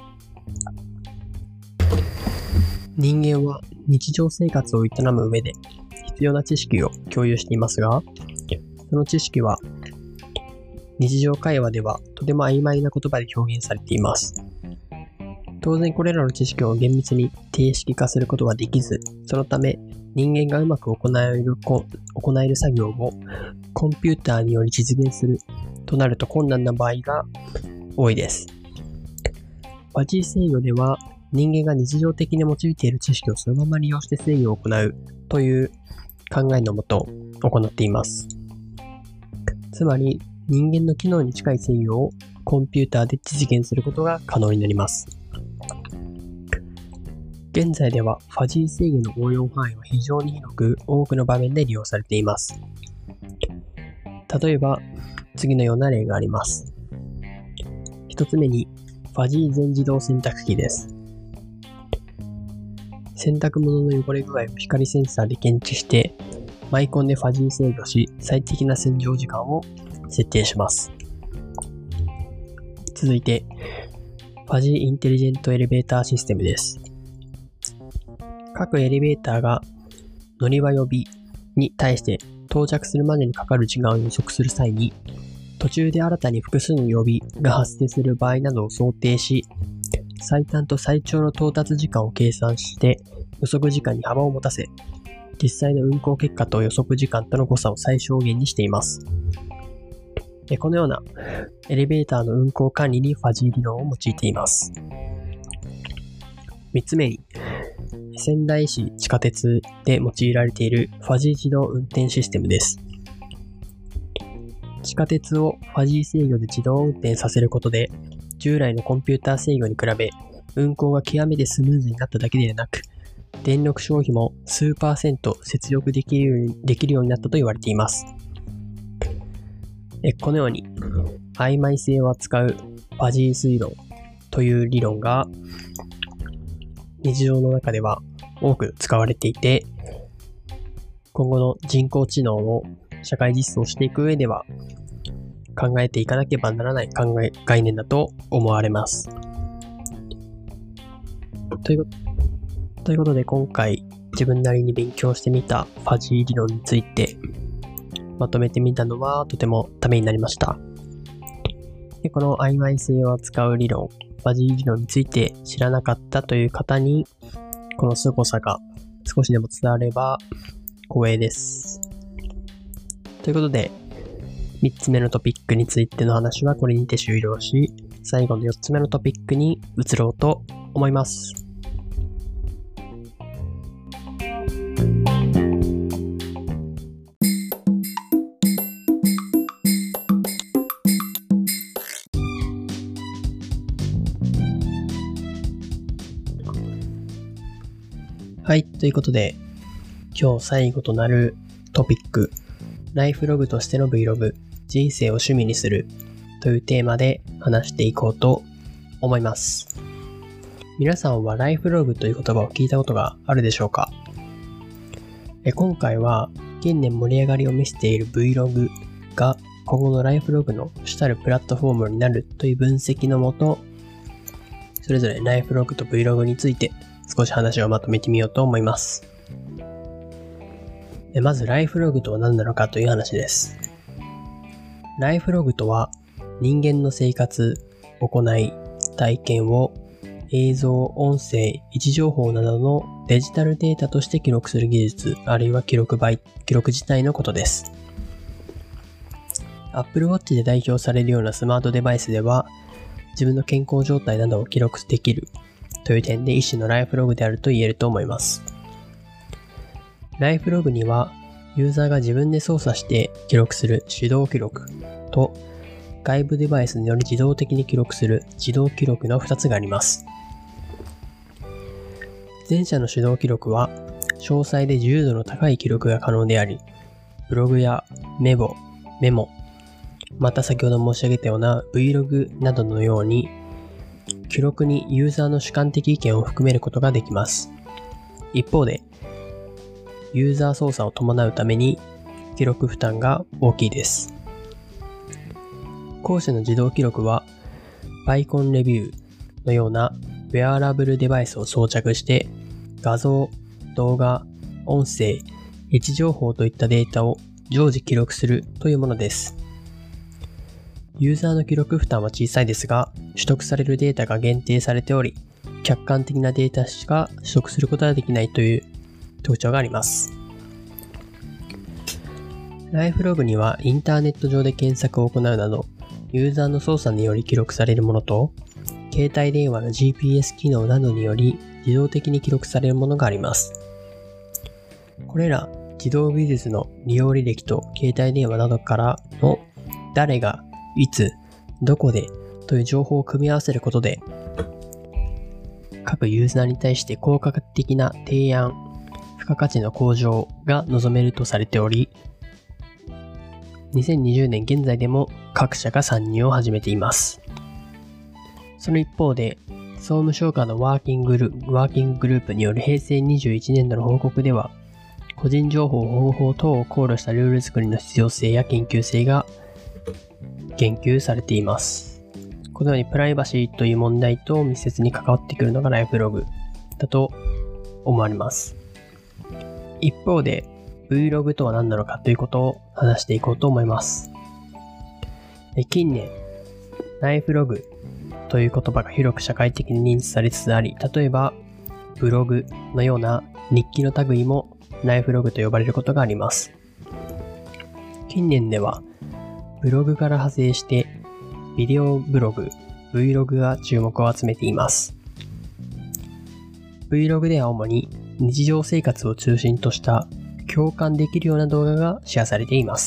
人間は日常生活を営む上で必要な知識を共有していますが、その知識は日常会話ではとても曖昧な言葉で表現されています。当然これらの知識を厳密に定式化することはできず、そのため人間がうまく行える、行える作業をコンピューターにより実現するとなると困難な場合が多いです。ファジー制御では人間が日常的に用いている知識をそのまま利用して制御を行うという考えのもと行っています。つまり人間の機能に近い制御をコンピューターで実現することが可能になります。現在ではファジー制御の応用範囲は非常に広く多くの場面で利用されています。例えば次のような例があります。一つ目にファジー全自動洗濯機です。洗濯物の汚れ具合を光センサーで検知してマイコンでファジー制御し最適な洗浄時間を設定します。続いてファジーインテリジェントエレベーターシステムです。各エレベーターが乗り場呼びに対して到着するまでにかかる時間を予測する際に、途中で新たに複数の呼びが発生する場合などを想定し、最短と最長の到達時間を計算して予測時間に幅を持たせ、実際の運行結果と予測時間との誤差を最小限にしています。このようなエレベーターの運行管理にファジー理論を用いています。みっつめに、仙台市地下鉄で用いられているファジー自動運転システムです。地下鉄をファジー制御で自動運転させることで、従来のコンピューター制御に比べ運行が極めてスムーズになっただけではなく、電力消費も数パーセント節約できるように、できるようになったと言われています。このように曖昧性を扱うファジー推論という理論が日常の中では多く使われていて、今後の人工知能を社会実装していく上では考えていかなければならない考え概念だと思われます。というということで今回自分なりに勉強してみたファジー理論についてまとめてみたのはとてもためになりました。 で、この曖昧性を扱う理論、バジー理論について知らなかったという方に、この凄さが少しでも伝われば光栄です。ということで、みっつめのトピックについての話はこれにて終了し、最後のよっつめのトピックに移ろうと思います。はい、ということで、今日最後となるトピック、ライフログとしての Vlog、人生を趣味にするというテーマで話していこうと思います。皆さんはライフログという言葉を聞いたことがあるでしょうか？え今回は近年盛り上がりを見せている Vlog が今後のライフログの主たるプラットフォームになるという分析のもと、それぞれライフログと Vlog について少し話をまとめてみようと思います。まずライフログとは何なのかという話です。ライフログとは人間の生活、行い、体験を映像、音声、位置情報などのデジタルデータとして記録する技術、あるいは記録媒、記録自体のことです。Apple Watch で代表されるようなスマートデバイスでは自分の健康状態などを記録できるという点で一種のライフログであると言えると思います。ライフログにはユーザーが自分で操作して記録する手動記録と外部デバイスにより自動的に記録する自動記録のふたつがあります。前者の手動記録は詳細で自由度の高い記録が可能であり、ブログやメモ、メモ、また先ほど申し上げたような Vlog などのように記録にユーザーの主観的意見を含めることができます。一方で、ユーザー操作を伴うために記録負担が大きいです。後者の自動記録は PyCon レビューのようなウェアラブルデバイスを装着して画像、動画、音声、位置情報といったデータを常時記録するというものです。ユーザーの記録負担は小さいですが、取得されるデータが限定されており、客観的なデータしか取得することができないという特徴があります。ライフログにはインターネット上で検索を行うなど、ユーザーの操作により記録されるものと、携帯電話の ジーピーエス 機能などにより自動的に記録されるものがあります。これら自動技術の利用履歴と携帯電話などからの誰が、いつ、どこでという情報を組み合わせることで、各ユーザーに対して効果的な提案、付加価値の向上が望めるとされており、にせんにじゅうねん現在でも各社が参入を始めています。その一方で、総務省下のワーキングル、ワーキンググループによるへいせいにじゅういちねんどの報告では、個人情報保護法等を考慮したルール作りの必要性や緊急性が言及されています。このようにプライバシーという問題と密接に関わってくるのがライフログだと思われます。一方で Vlog とは何なのかということを話していこうと思います。近年ライフログという言葉が広く社会的に認知されつつあり、例えばブログのような日記の類もライフログと呼ばれることがあります。近年ではブログから派生してビデオブログ、Vlog が注目を集めています。Vlog では主に日常生活を中心とした共感できるような動画がシェアされています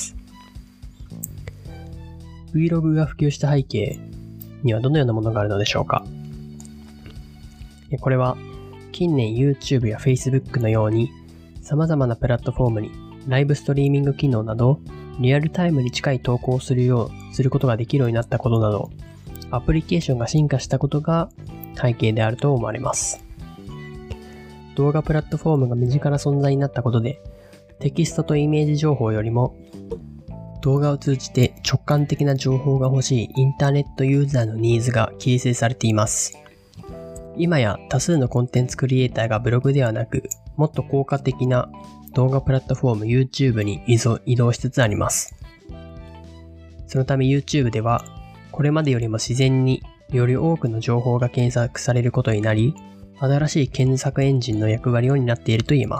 。Vlog が普及した背景にはどのようなものがあるのでしょうか。これは近年 YouTube や Facebook のように様々なプラットフォームにライブストリーミング機能などリアルタイムに近い投稿をするようすることができるようになったことなど、アプリケーションが進化したことが背景であると思われます。動画プラットフォームが身近な存在になったことで、テキストとイメージ情報よりも動画を通じて直感的な情報が欲しいインターネットユーザーのニーズが形成されています。今や多数のコンテンツクリエイターがブログではなく、もっと効果的な動画プラットフォーム YouTube に移動しつつあります。そのため YouTube ではこれまでよりも自然により多くの情報が検索されることになり、新しい検索エンジンの役割を担っていると言えます。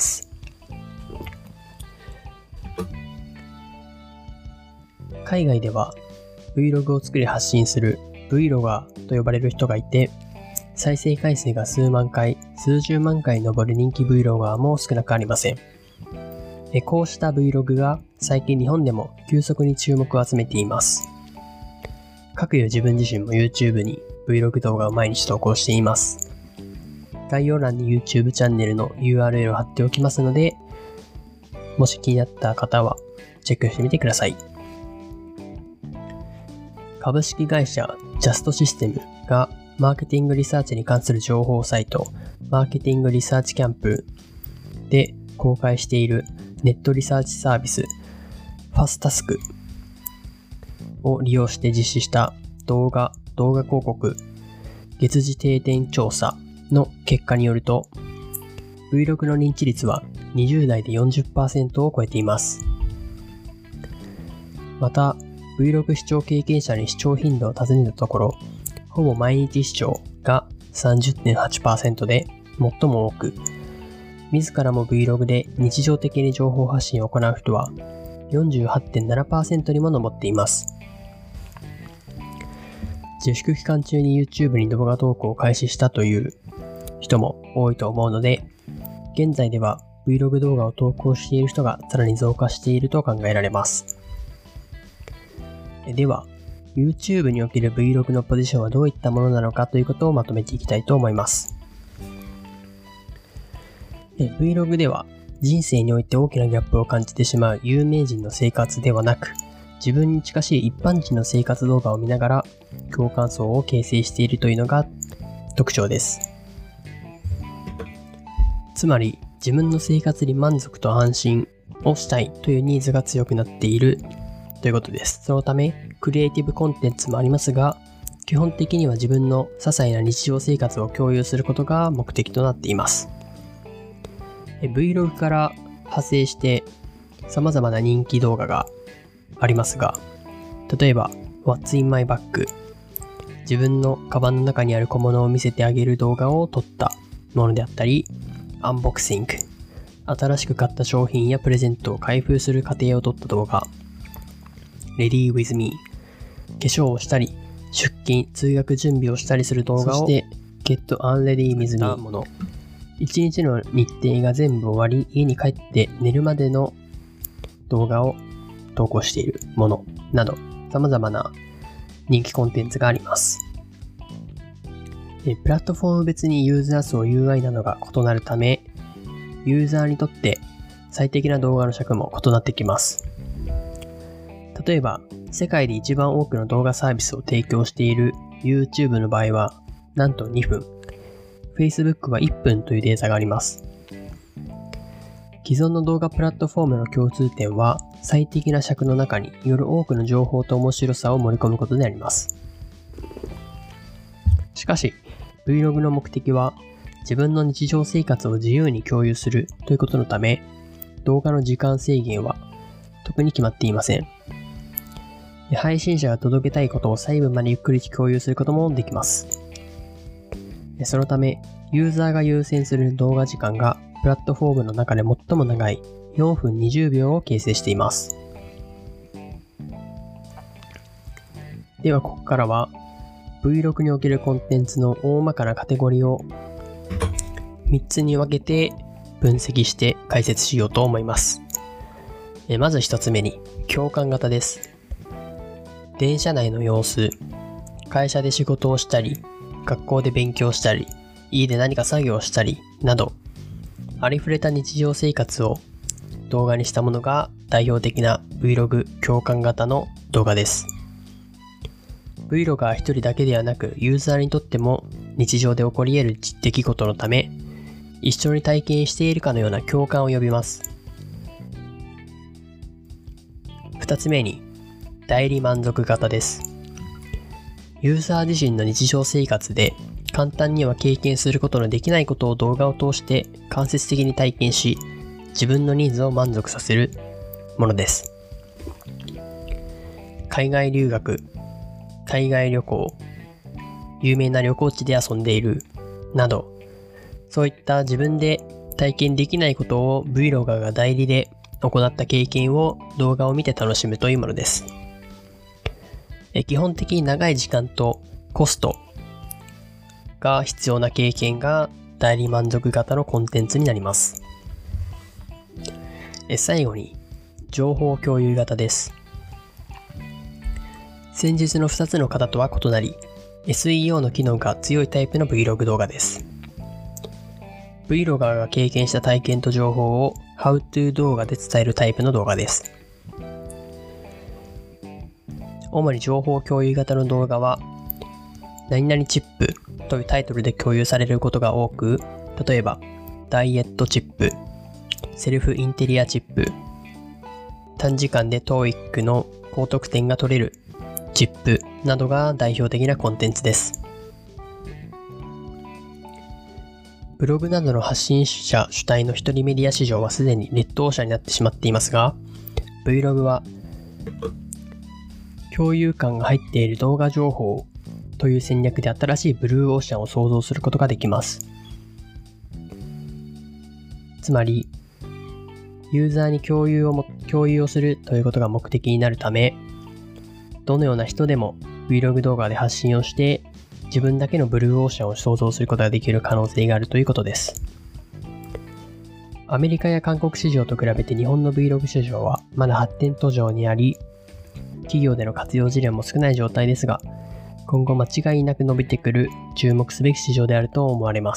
海外では Vlog を作り発信する Vlogger と呼ばれる人がいて、再生回数が数万回、数十万回に上る人気 Vlogger も少なくありません。こうした Vlog が最近日本でも急速に注目を集めています。かくいう自分自身も YouTube に Vlog 動画を毎日投稿しています。概要欄に YouTube チャンネルの ユーアールエル を貼っておきますので、もし気になった方はチェックしてみてください。株式会社ジャストシステムがマーケティングリサーチに関する情報サイトマーケティングリサーチキャンプで公開しているネットリサーチサービスファスタスクを利用して実施した動画、動画広告、月次定点調査の結果によると、Vlog の認知率はにじゅう代で よんじゅっパーセント を超えています。また、Vlog 視聴経験者に視聴頻度を尋ねたところ、ほぼ毎日視聴が さんじゅってんはちパーセント で最も多く、自らも Vlog で日常的に情報発信を行う人は よんじゅうはちてんななパーセント にも上っています。自粛期間中に YouTube に動画投稿を開始したという人も多いと思うので、現在では Vlog 動画を投稿している人がさらに増加していると考えられます。では、YouTube における Vlog のポジションはどういったものなのかということをまとめていきたいと思います。Vlog では人生において大きなギャップを感じてしまう有名人の生活ではなく、自分に近しい一般人の生活動画を見ながら共感層を形成しているというのが特徴です。つまり自分の生活に満足と安心をしたいというニーズが強くなっているということです。そのためクリエイティブコンテンツもありますが、基本的には自分の些細な日常生活を共有することが目的となっています。Vlog から派生して様々な人気動画がありますが、例えば What's in my bag、 自分のカバンの中にある小物を見せてあげる動画を撮ったものであったり、アンボクシング、新しく買った商品やプレゼントを開封する過程を撮った動画、Ready with me、 化粧をしたり出勤通学準備をしたりする動画を、そして Get unready with me、 もの、一日の日程が全部終わり家に帰って寝るまでの動画を投稿しているものなど、様々な人気コンテンツがあります。で、プラットフォーム別にユーザー層 ユーアイ などが異なるため、ユーザーにとって最適な動画の尺も異なってきます。例えば、世界で一番多くの動画サービスを提供している YouTube の場合は、なんとにふん、Facebook はいっぷんというデータがあります。既存の動画プラットフォームの共通点は、最適な尺の中により多くの情報と面白さを盛り込むことであります。しかし、Vlog の目的は自分の日常生活を自由に共有するということのため、動画の時間制限は特に決まっていません。配信者が届けたいことを細部までゆっくり共有することもできます。そのため、ユーザーが優先する動画時間がプラットフォームの中で最も長いよんぷんにじゅうびょうを形成しています。ではここからは Vlog におけるコンテンツの大まかなカテゴリーをみっつに分けて分析して解説しようと思います。まずひとつめに共感型です。電車内の様子、会社で仕事をしたり、学校で勉強したり、家で何か作業をしたりなど、ありふれた日常生活を動画にしたものが代表的な Vlog 共感型の動画です。Vlogger 一人だけではなく、ユーザーにとっても日常で起こり得る出来事のため、一緒に体験しているかのような共感を呼びます。二つ目に、代理満足型です。ユーザー自身の日常生活で簡単には経験することのできないことを動画を通して間接的に体験し、自分のニーズを満足させるものです。海外留学、 海外旅行、有名な旅行地で遊んでいるなど、そういった自分で体験できないことを Vlogger が代理で行った経験を動画を見て楽しむというものです。え基本的に長い時間とコストが必要な経験が代理満足型のコンテンツになります。え最後に情報共有型です。先日のふたつの型とは異なり、エスイーオー の機能が強いタイプの Vlog 動画です。Vlogger が経験した体験と情報を How to 動画で伝えるタイプの動画です。主に情報共有型の動画は、何々チップというタイトルで共有されることが多く、例えば、ダイエットチップ、セルフインテリアチップ、短時間で トーイック の高得点が取れるチップなどが代表的なコンテンツです。ブログなどの発信者主体の一人メディア市場はすでにレッドオーシャンになってしまっていますが、Vlog は共有感が入っている動画情報という戦略で新しいブルーオーシャンを創造することができます。つまり、ユーザーに共有をも共有をするということが目的になるため、どのような人でも Vlog 動画で発信をして自分だけのブルーオーシャンを創造することができる可能性があるということです。アメリカや韓国市場と比べて日本の Vlog 市場はまだ発展途上にあり、企業での活用事例も少ない状態ですが、今後間違いなく伸びてくる注目すべき市場であると思われます。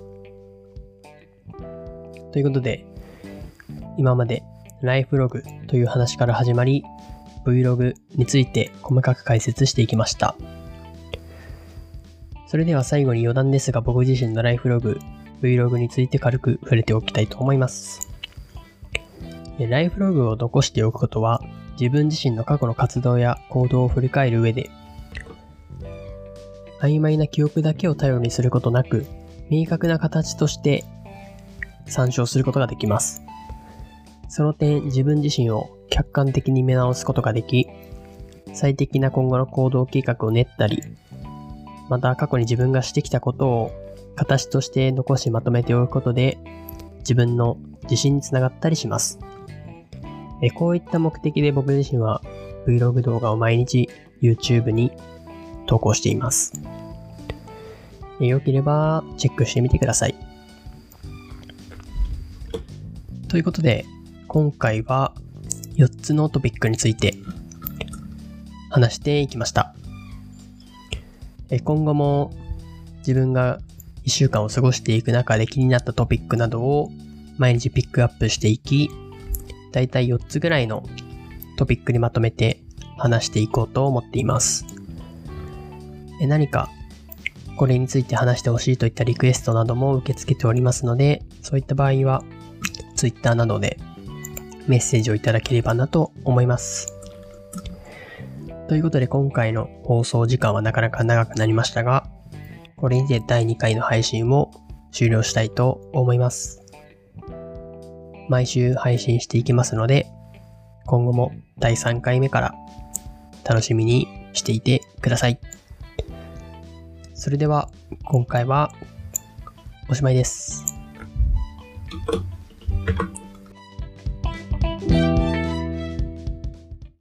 ということで、今までライフログという話から始まり、Vlog について細かく解説していきました。それでは最後に余談ですが、僕自身のライフログ、Vlog について軽く触れておきたいと思います。ライフログを残しておくことは、自分自身の過去の活動や行動を振り返る上で、曖昧な記憶だけを頼りにすることなく、明確な形として参照することができます。その点、自分自身を客観的に見直すことができ、最適な今後の行動計画を練ったり、また過去に自分がしてきたことを形として残しまとめておくことで、自分の自信につながったりします。えこういった目的で僕自身は Vlog 動画を毎日 YouTube に投稿しています。よければチェックしてみてください。ということで、今回はよっつのトピックについて話していきました。今後も自分がいっしゅうかんを過ごしていく中で気になったトピックなどを毎日ピックアップしていき、だいたいよっつぐらいのトピックにまとめて話していこうと思っています。何かこれについて話してほしいといったリクエストなども受け付けておりますので、そういった場合は Twitter などでメッセージをいただければなと思います。ということで今回の放送時間はなかなか長くなりましたが、これにてだいにかいの配信を終了したいと思います。毎週配信していきますので、今後もだいさんかいめから楽しみにしていてください。それでは今回はおしまいです。